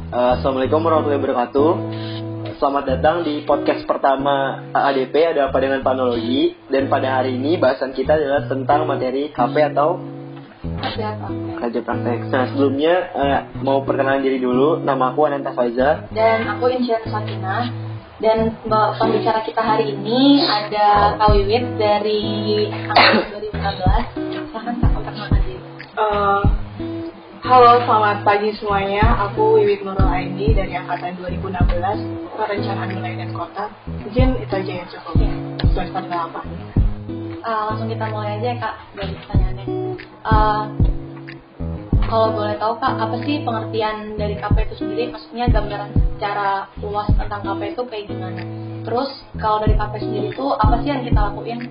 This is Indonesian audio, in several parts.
Assalamualaikum warahmatullahi wabarakatuh. Selamat datang di podcast pertama AADP, ada apa dengan panologi. Dan pada hari ini bahasan kita adalah tentang materi KP atau kerja praktek. Nah, sebelumnya mau perkenalan diri dulu. Nama aku Ananta Faiza. Dan aku Insya Sakina. Dan pembicara kita hari ini ada Kak Wiwit dari angkatan 2016. Silahkan Kak, perkenalkan diri. Halo, selamat pagi semuanya. Aku Wiwit Nurul Aini dari angkatan 2016, Perencanaan Wilayah dan Kota. Mungkin itu aja yang cukup. Semester 8. Langsung kita mulai aja ya Kak dari pertanyaannya. Kalau boleh tahu Kak, apa sih pengertian dari KP itu sendiri? Maksudnya gambaran secara luas tentang KP itu kayak gimana? Terus kalau dari KP sendiri itu apa sih yang kita lakuin?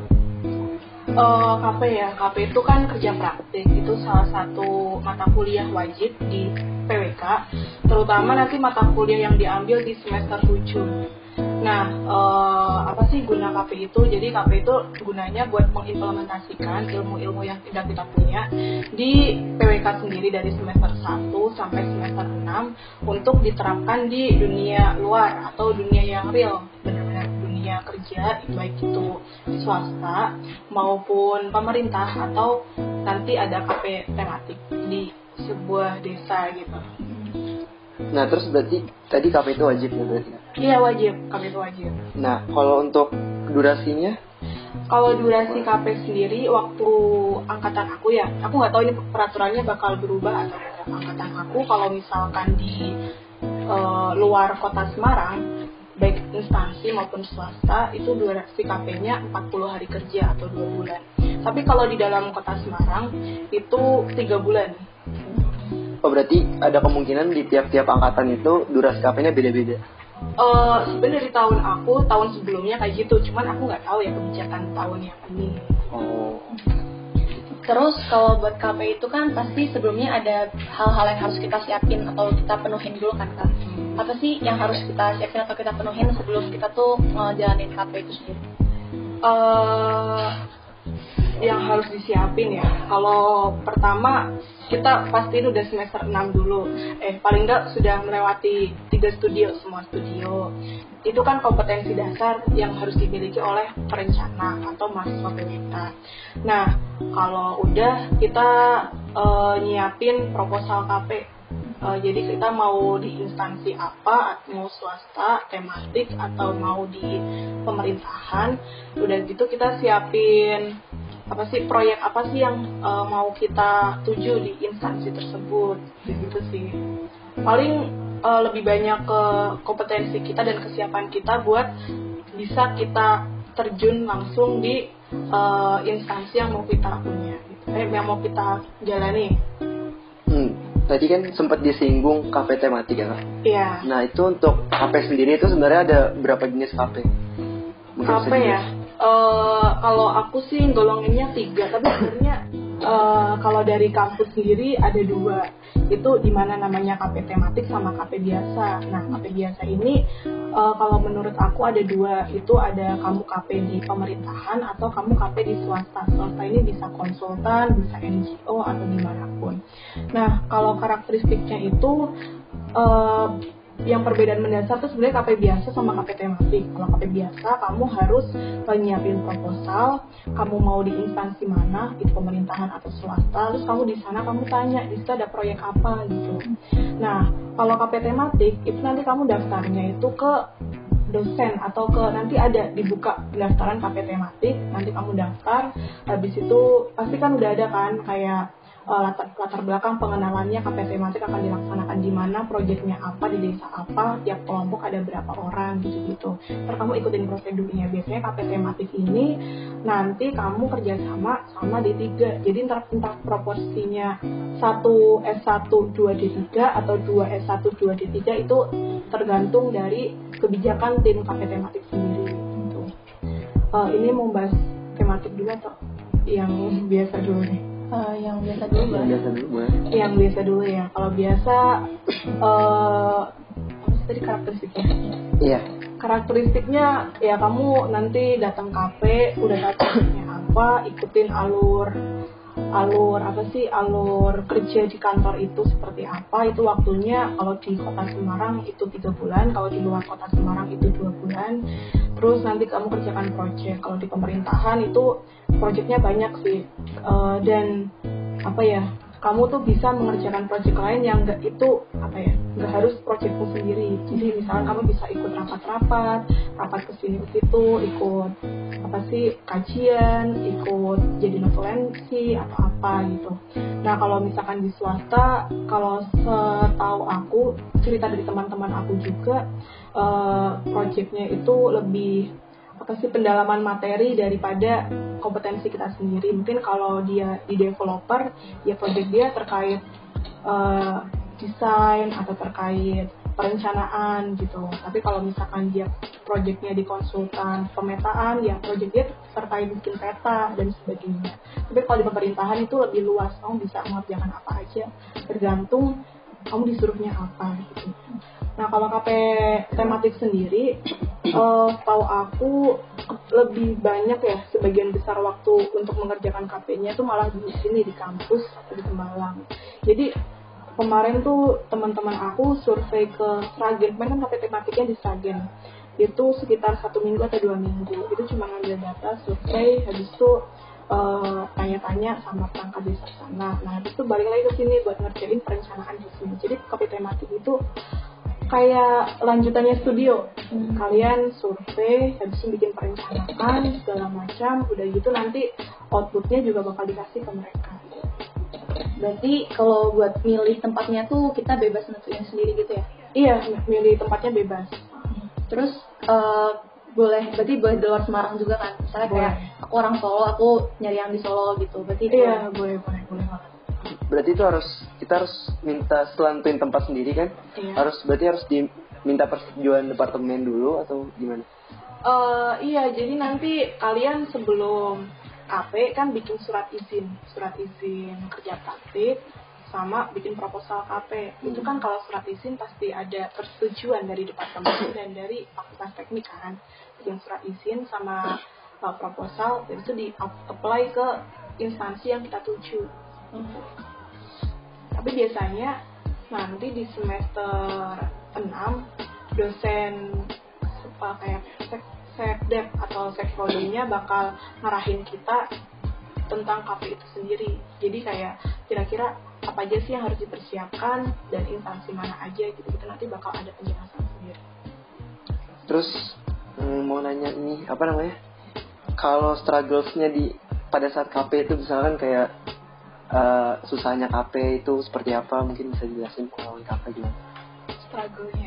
KP itu kan kerja praktik. Itu salah satu mata kuliah wajib di PWK, terutama nanti mata kuliah yang diambil di semester 7. Nah, apa sih guna KP itu? Jadi KP itu gunanya buat mengimplementasikan ilmu-ilmu yang tidak kita punya di PWK sendiri dari semester 1 sampai semester 6 untuk diterapkan di dunia luar atau dunia yang real, benar-benar dunia kerja, baik itu di swasta maupun pemerintah, atau nanti ada KP tematik di sebuah desa gitu. Nah, terus berarti tadi KP itu wajib ya berarti? Iya, wajib. KP itu wajib. Nah, kalau untuk durasinya? Kalau durasi KP sendiri, waktu angkatan aku ya, aku nggak tahu ini peraturannya bakal berubah atau tidak. Angkatan aku kalau misalkan di luar kota Semarang, baik instansi maupun swasta, itu durasi KP-nya 40 hari kerja atau 2 bulan. Tapi kalau di dalam kota Semarang itu 3 bulan. Oh, berarti ada kemungkinan di tiap-tiap angkatan itu durasi KP-nya beda-beda? Sebenarnya dari tahun sebelumnya kayak gitu, cuman aku nggak tahu ya kebijakan tahun yang ini. Oh. Terus kalau buat KP itu kan pasti sebelumnya ada hal-hal yang harus kita siapin atau kita penuhin dulu kan Kak? Apa sih yang harus kita siapin atau kita penuhin sebelum kita tuh ngejalanin KP itu sendiri? Yang harus disiapin ya, kalau pertama kita pastiin udah semester 6 dulu, paling enggak sudah melewati 3 studio, semua studio. Itu kan kompetensi dasar yang harus dimiliki oleh perencana atau mahasiswa PWK. Nah, kalau udah kita nyiapin proposal KP. Jadi kita mau di instansi apa, mau swasta, tematik, atau mau di pemerintahan. Udah gitu kita siapin proyek apa sih yang mau kita tuju di instansi tersebut, gitu sih. Paling lebih banyak ke kompetensi kita dan kesiapan kita buat bisa kita terjun langsung di instansi yang mau kita punya, gitu. Yang mau kita jalani. Tadi kan sempat disinggung KP tematik ya Kak? Iya. Nah, itu untuk KP sendiri itu sebenarnya ada berapa jenis KP? KP ya? Kalau aku sih golonginnya 3, tapi sebenarnya kalau dari kampus sendiri ada 2. Itu dimana namanya KP tematik sama KP biasa. Nah, KP biasa ini kalau menurut aku ada 2. Itu ada kamu KP di pemerintahan atau kamu KP di swasta. Swasta ini bisa konsultan, bisa NGO, atau dimanapun. Nah, kalau karakteristiknya itu yang perbedaan mendasar itu sebenarnya KP biasa sama KP tematik. Kalau KP biasa, kamu harus nyiapin proposal, kamu mau di instansi mana, di pemerintahan atau swasta, terus kamu di sana kamu tanya, di situ ada proyek apa gitu. Nah, kalau KP tematik itu nanti kamu daftarnya itu ke dosen atau ke nanti ada dibuka pendaftaran KP tematik, nanti kamu daftar, habis itu pasti kan udah ada kan kayak latar belakang pengenalannya KP tematik akan dilaksanakan di mana, proyeknya apa, di desa apa, tiap kelompok ada berapa orang gitu-gitu. Terus kamu ikutin prosedurnya. Biasanya KP tematik ini nanti kamu kerjasama sama D3. Jadi entah proporsinya 1 S1 2 D3 atau 2 S1 2 D3 itu tergantung dari kebijakan tim KP tematik sendiri gitu. Ini mau bahas tematik dulu atau yang biasa dulu nih? Yang biasa dulu Mbak. Yang biasa dulu ya. Kalau biasa apa tadi karakteristiknya? Iya. Karakteristiknya ya kamu nanti datang KP udah tahu proyeknya apa, ikutin alur alur kerja di kantor itu seperti apa. Itu waktunya kalau di kota Semarang itu 3 bulan, kalau di luar kota Semarang itu 2 bulan. Terus nanti kamu kerjakan project. Kalau di pemerintahan itu projectnya banyak sih. Dan kamu tuh bisa mengerjakan project lain yang nggak harus projectmu sendiri. Jadi misalnya kamu bisa ikut rapat kesini kesitu, ikut kajian, ikut jadi notulensi atau apa gitu. Nah kalau misalkan di swasta, kalau setahu aku, cerita dari teman-teman aku juga, projectnya itu lebih pendalaman materi daripada kompetensi kita sendiri. Mungkin kalau dia di developer, ya project dia terkait desain atau terkait perencanaan gitu. Tapi kalau misalkan dia projectnya di konsultan pemetaan, ya project dia terkait bikin peta dan sebagainya. Tapi kalau di pemerintahan itu lebih luas, kamu bisa mengerjakan apa aja, tergantung kamu disuruhnya apa gitu. Nah kalau KP tematik sendiri, tahu aku lebih banyak ya, sebagian besar waktu untuk mengerjakan KP-nya itu malah di sini di kampus atau di Tembalang. Jadi kemarin tuh teman-teman aku survei ke Sragen, kemarin kan KP tematiknya di Sragen, itu sekitar 1 minggu atau 2 minggu. Itu cuma ngambil data, survei, habis itu tanya-tanya sama perangkat desa sana. Nah habis itu balik lagi ke sini buat ngerjain perencanaan di sini. Jadi KP tematik itu kayak lanjutannya studio. Kalian survei, habis itu bikin perencanaan segala macam, udah gitu nanti outputnya juga bakal dikasih ke mereka. Berarti kalau buat milih tempatnya tuh kita bebas nentuin sendiri gitu ya? Iya, milih tempatnya bebas. Terus berarti boleh di luar Semarang juga kan? Misalnya kayak aku orang Solo, aku nyari yang di Solo gitu. Berarti iya, boleh banget. Berarti itu kita harus minta setelah nentuin tempat sendiri kan? Iya. Berarti harus diminta persetujuan departemen dulu atau gimana? Iya, jadi nanti kalian sebelum KP kan bikin surat izin kerja praktik sama bikin proposal KP. Itu kan kalau surat izin pasti ada persetujuan dari departemen dan dari fakultas teknik kan. Bikin surat izin sama proposal, dan itu di-apply ke instansi yang kita tuju. Tapi biasanya nanti di semester 6 dosen kayak sekdep atau sekprodenya bakal ngarahin kita tentang KP itu sendiri. Jadi kayak kira-kira apa aja sih yang harus dipersiapkan dan instansi mana aja gitu, nanti bakal ada penjelasan sendiri. Terus mau nanya ini kalau strugglesnya pada saat KP itu misalkan kayak susahnya KP itu seperti apa, mungkin bisa dijelasin pengalaman KP juga. Struggle-nya,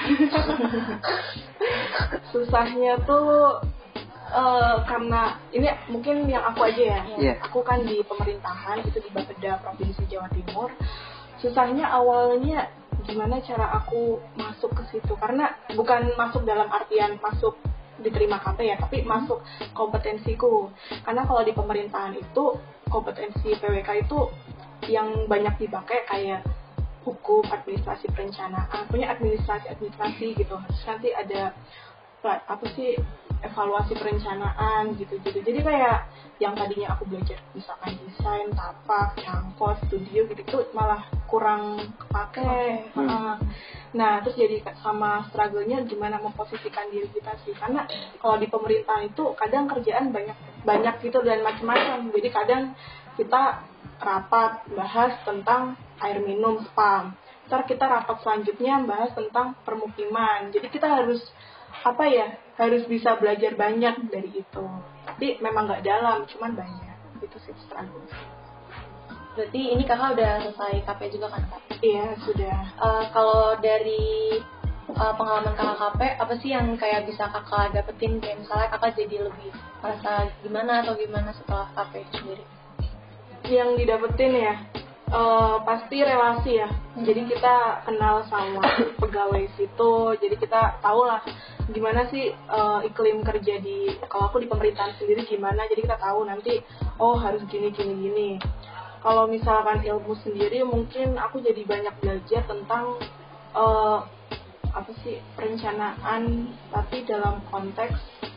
susahnya tuh karena ini mungkin yang aku aja ya. Aku kan di pemerintahan itu di Bapeda Provinsi Jawa Timur. Susahnya awalnya gimana cara aku masuk ke situ, karena bukan masuk dalam artian masuk diterima KP ya, tapi masuk kompetensiku. Karena kalau di pemerintahan itu kompetensi PWK itu yang banyak dipakai kayak hukum, administrasi perencanaan, punya administrasi gitu. Terus nanti ada evaluasi perencanaan gitu. Jadi kayak yang tadinya aku belajar misalkan desain, tapak, cangkos, studio gitu malah kurang kepake. Nah terus jadi sama struggle-nya gimana memposisikan diri kita sih, karena kalau di pemerintahan itu kadang kerjaan banyak gitu dan macam-macam. Jadi kadang kita rapat bahas tentang air minum spam, ntar kita rapat selanjutnya bahas tentang permukiman. Jadi kita harus harus bisa belajar banyak dari itu. Tapi memang nggak dalam, cuman banyak. Itu sih struggle. Berarti ini kakak udah selesai KP juga kan kak? Iya sudah. Kalau dari pengalaman kakak KP, apa sih yang kayak bisa kakak dapetin? Kayak misalnya kakak jadi lebih merasa gimana atau gimana setelah KP sendiri? Yang didapetin ya pasti relasi ya. Jadi kita kenal sama pegawai situ, jadi kita tahu lah gimana sih iklim kerja kalau aku di pemerintahan sendiri gimana. Jadi kita tahu nanti harus gini. Kalau misalkan ilmu sendiri mungkin aku jadi banyak belajar tentang perencanaan, tapi dalam konteks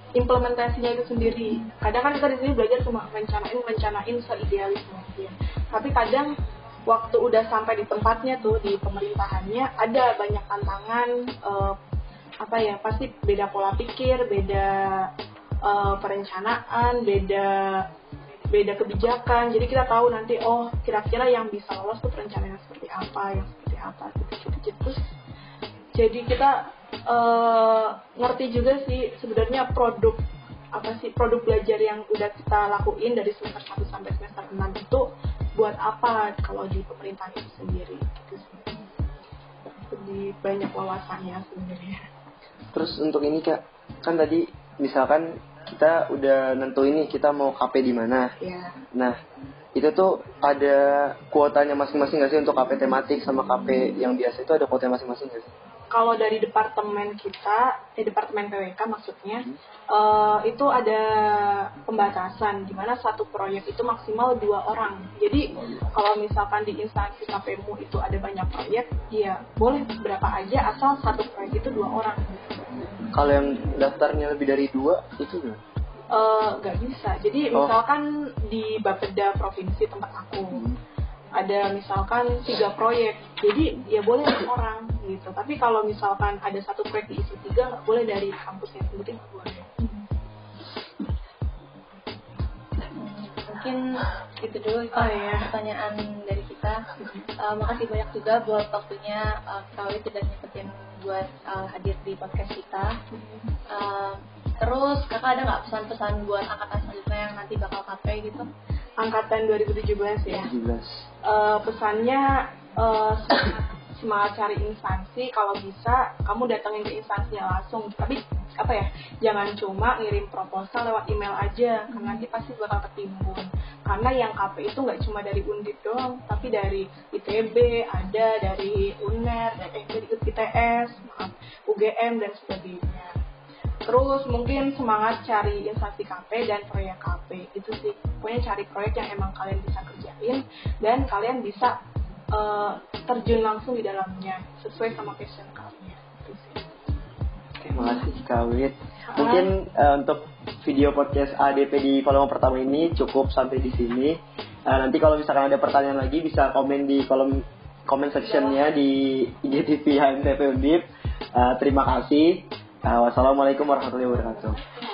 implementasinya itu sendiri. Kadang kan kita di sini belajar cuma rencanain seidealis mungkin. Tapi kadang waktu udah sampai di tempatnya tuh, di pemerintahannya, ada banyak tantangan, pasti beda pola pikir, beda perencanaan, beda kebijakan. Jadi kita tahu nanti kira-kira yang bisa lolos tuh perencanaannya seperti apa gitu. Terus jadi kita ngerti juga sih sebenarnya produk belajar yang udah kita lakuin dari semester 1 sampai semester 6 itu buat apa kalau di pemerintahan itu sendiri gitu sih. Lebih banyak wawasannya sebenarnya. Terus untuk ini Kak, kan tadi misalkan kita udah nentuin nih kita mau KP di mana. Iya. Nah, itu tuh ada kuotanya masing-masing nggak sih untuk KP tematik sama KP yang biasa itu ada kuotanya masing-masing nggak sih? Kalau dari departemen kita, departemen PWK maksudnya, itu ada pembatasan di mana satu proyek itu maksimal 2 orang. Jadi kalau misalkan di instansi KPMU itu ada banyak proyek, ya boleh berapa aja asal satu proyek itu 2 orang. Kalau yang daftarnya lebih dari 2 itu nggak? Nggak bisa. Jadi misalkan di Bapeda provinsi tempat aku ada misalkan 3 proyek, jadi ya boleh 1 orang gitu. Tapi kalau misalkan ada satu proyek diisi 3, nggak boleh dari kampusnya sendiri, nggak boleh. Mungkin itu dulu pertanyaan dari kita. Makasih banyak juga buat waktunya Kawit sudah nyempetin buat hadir di podcast kita. Terus kakak ada nggak pesan-pesan buat angkatan selanjutnya yang nanti bakal KP gitu? Angkatan 2017 ya. 17. Pesannya semangat cari instansi. Kalau bisa kamu datangin ke instansinya langsung. Tapi jangan cuma ngirim proposal lewat email aja, karena nanti pasti bakal ketimbun. Karena yang KP itu nggak cuma dari Undip doang, tapi dari ITB, ada dari UNER, dari ITS, UGM dan sebagainya. Terus mungkin semangat cari instansi KP dan proyek KP, itu sih. Pokoknya cari proyek yang emang kalian bisa kerjain dan kalian bisa terjun langsung di dalamnya sesuai sama passion kalian. Itu sih. Oke, makasih Kawit. Mungkin untuk video podcast ADP di volume pertama ini cukup sampai di sini. Nanti kalau misalkan ada pertanyaan lagi bisa komen di kolom comment sectionnya di IGTV HMTP Undip. Terima kasih. Wassalamualaikum warahmatullahi wabarakatuh.